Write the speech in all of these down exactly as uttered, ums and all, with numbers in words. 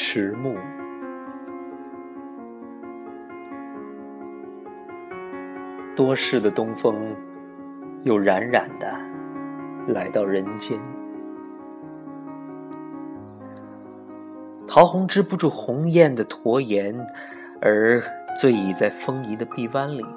迟暮。多事的东风又冉冉地来到人间，桃红支不住红艳的驼颜，而醉倚在风仪的臂弯里。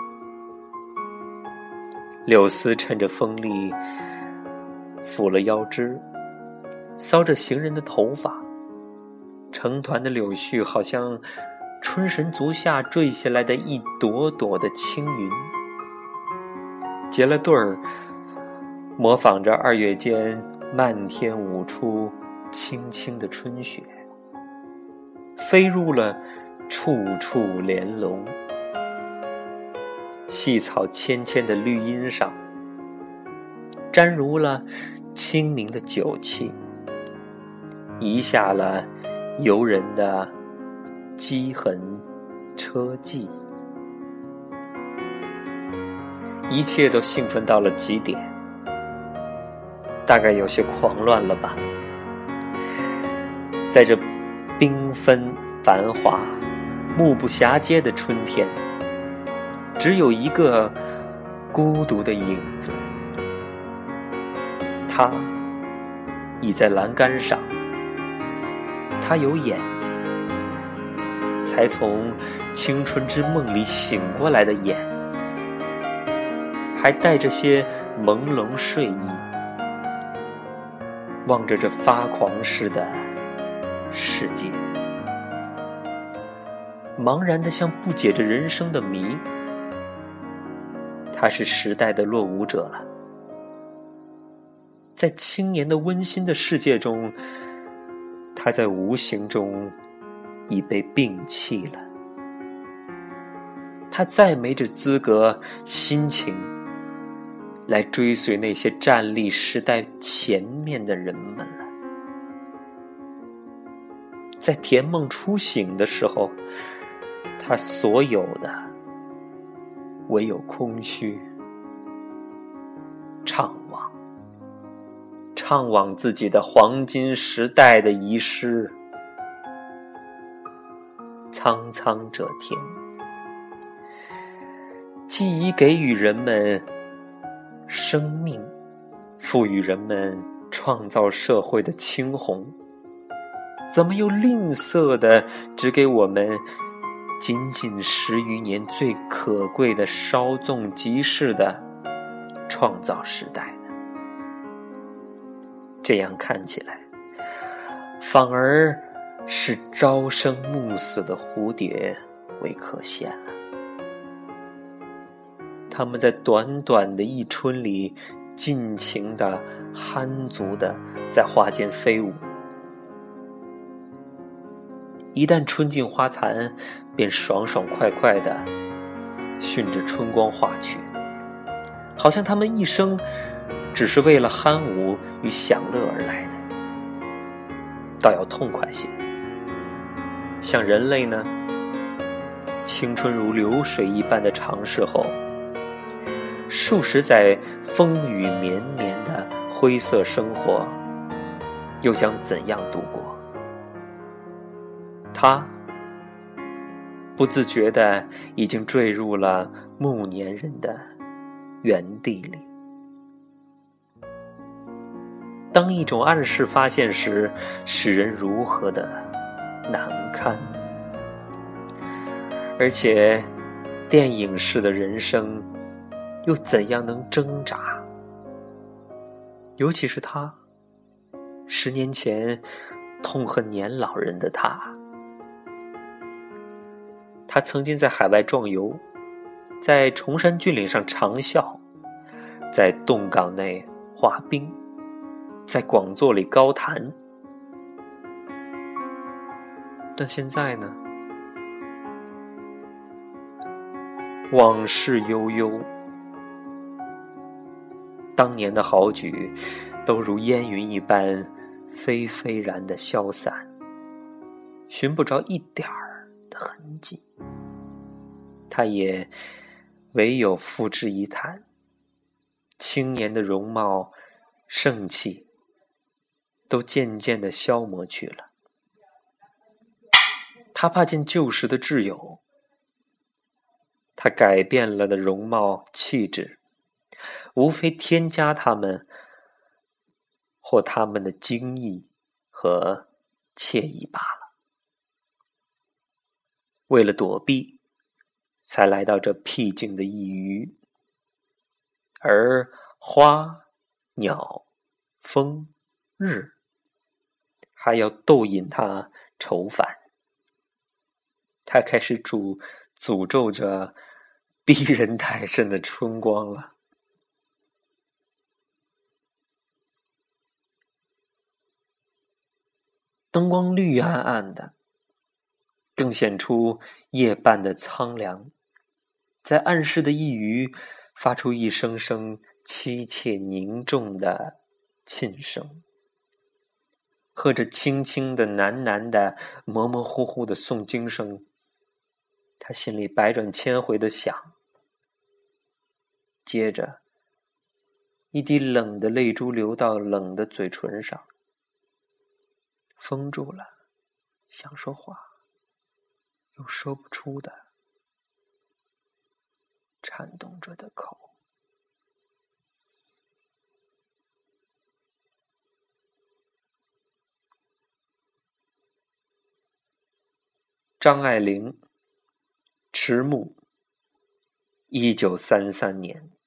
柳丝趁着风力抚了腰肢，搔着行人的头发，成团的柳絮好像春神足下坠下来的一朵朵的青云，结了对儿，模仿着二月间漫天舞出轻轻的春雪，飞入了处处莲笼。细草芊芊的绿荫上，沾如了清明的酒气，遗下了游人的迹痕车迹。一切都兴奋到了极点，大概有些狂乱了吧。在这缤纷繁华目不暇接的春天，只有一个孤独的影子，他倚在栏杆上，他有眼，才从青春之梦里醒过来的眼，还带着些朦胧睡意，望着这发狂似的世界，茫然的像不解着人生的谜。他是时代的落伍者了，在青年的温馨的世界中，他在无形中已被摒弃了。他再没这资格心情来追随那些站立时代前面的人们了。在甜梦初醒的时候，他所有的唯有空虚，怅望怅望自己的黄金时代的遗失。苍苍这天，既已给予人们生命，赋予人们创造社会的青红，怎么又吝啬的只给我们仅仅十余年最可贵的稍纵即逝的创造时代呢？这样看起来，反而是朝生暮死的蝴蝶为可羡了。他们在短短的一春里尽情的酣足的在花间飞舞，一旦春尽花残，便爽爽快快的循着春光化去，好像他们一生只是为了酣舞与享乐而来的。倒要痛快些，像人类呢，青春如流水一般的尝试后，数十载风雨绵绵的灰色生活又将怎样度过？他不自觉地已经坠入了暮年人的原地里。当一种暗示发现时，使人如何的难堪。而且电影式的人生又怎样能挣扎？尤其是他，十年前痛恨年老人的他。他曾经在海外壮游，在崇山峻岭上长啸，在洞港内滑冰，在广座里高谈。但现在呢？往事悠悠，当年的豪举都如烟云一般飞飞然的消散，寻不着一点儿的痕迹。他也唯有付之一叹，青年的容貌盛气都渐渐地消磨去了。 他怕见旧时的挚友，他改变了的容貌气质，无非添加他们或他们的惊异和惬意罢了。为了躲避，才来到这僻静的一隅，而花、鸟、风、日还要逗引他愁烦。他开始诅诅咒着逼人太甚的春光了。灯光绿暗暗的，更显出夜半的苍凉，在暗室的一隅发出一声声凄切凝重的磬声，和着轻轻的喃喃的模模糊糊的诵经声。他心里百转千回的想，接着一滴冷的泪珠流到冷的嘴唇上，封住了想说话又说不出的颤动着的口。张爱玲，迟暮，一九三三年。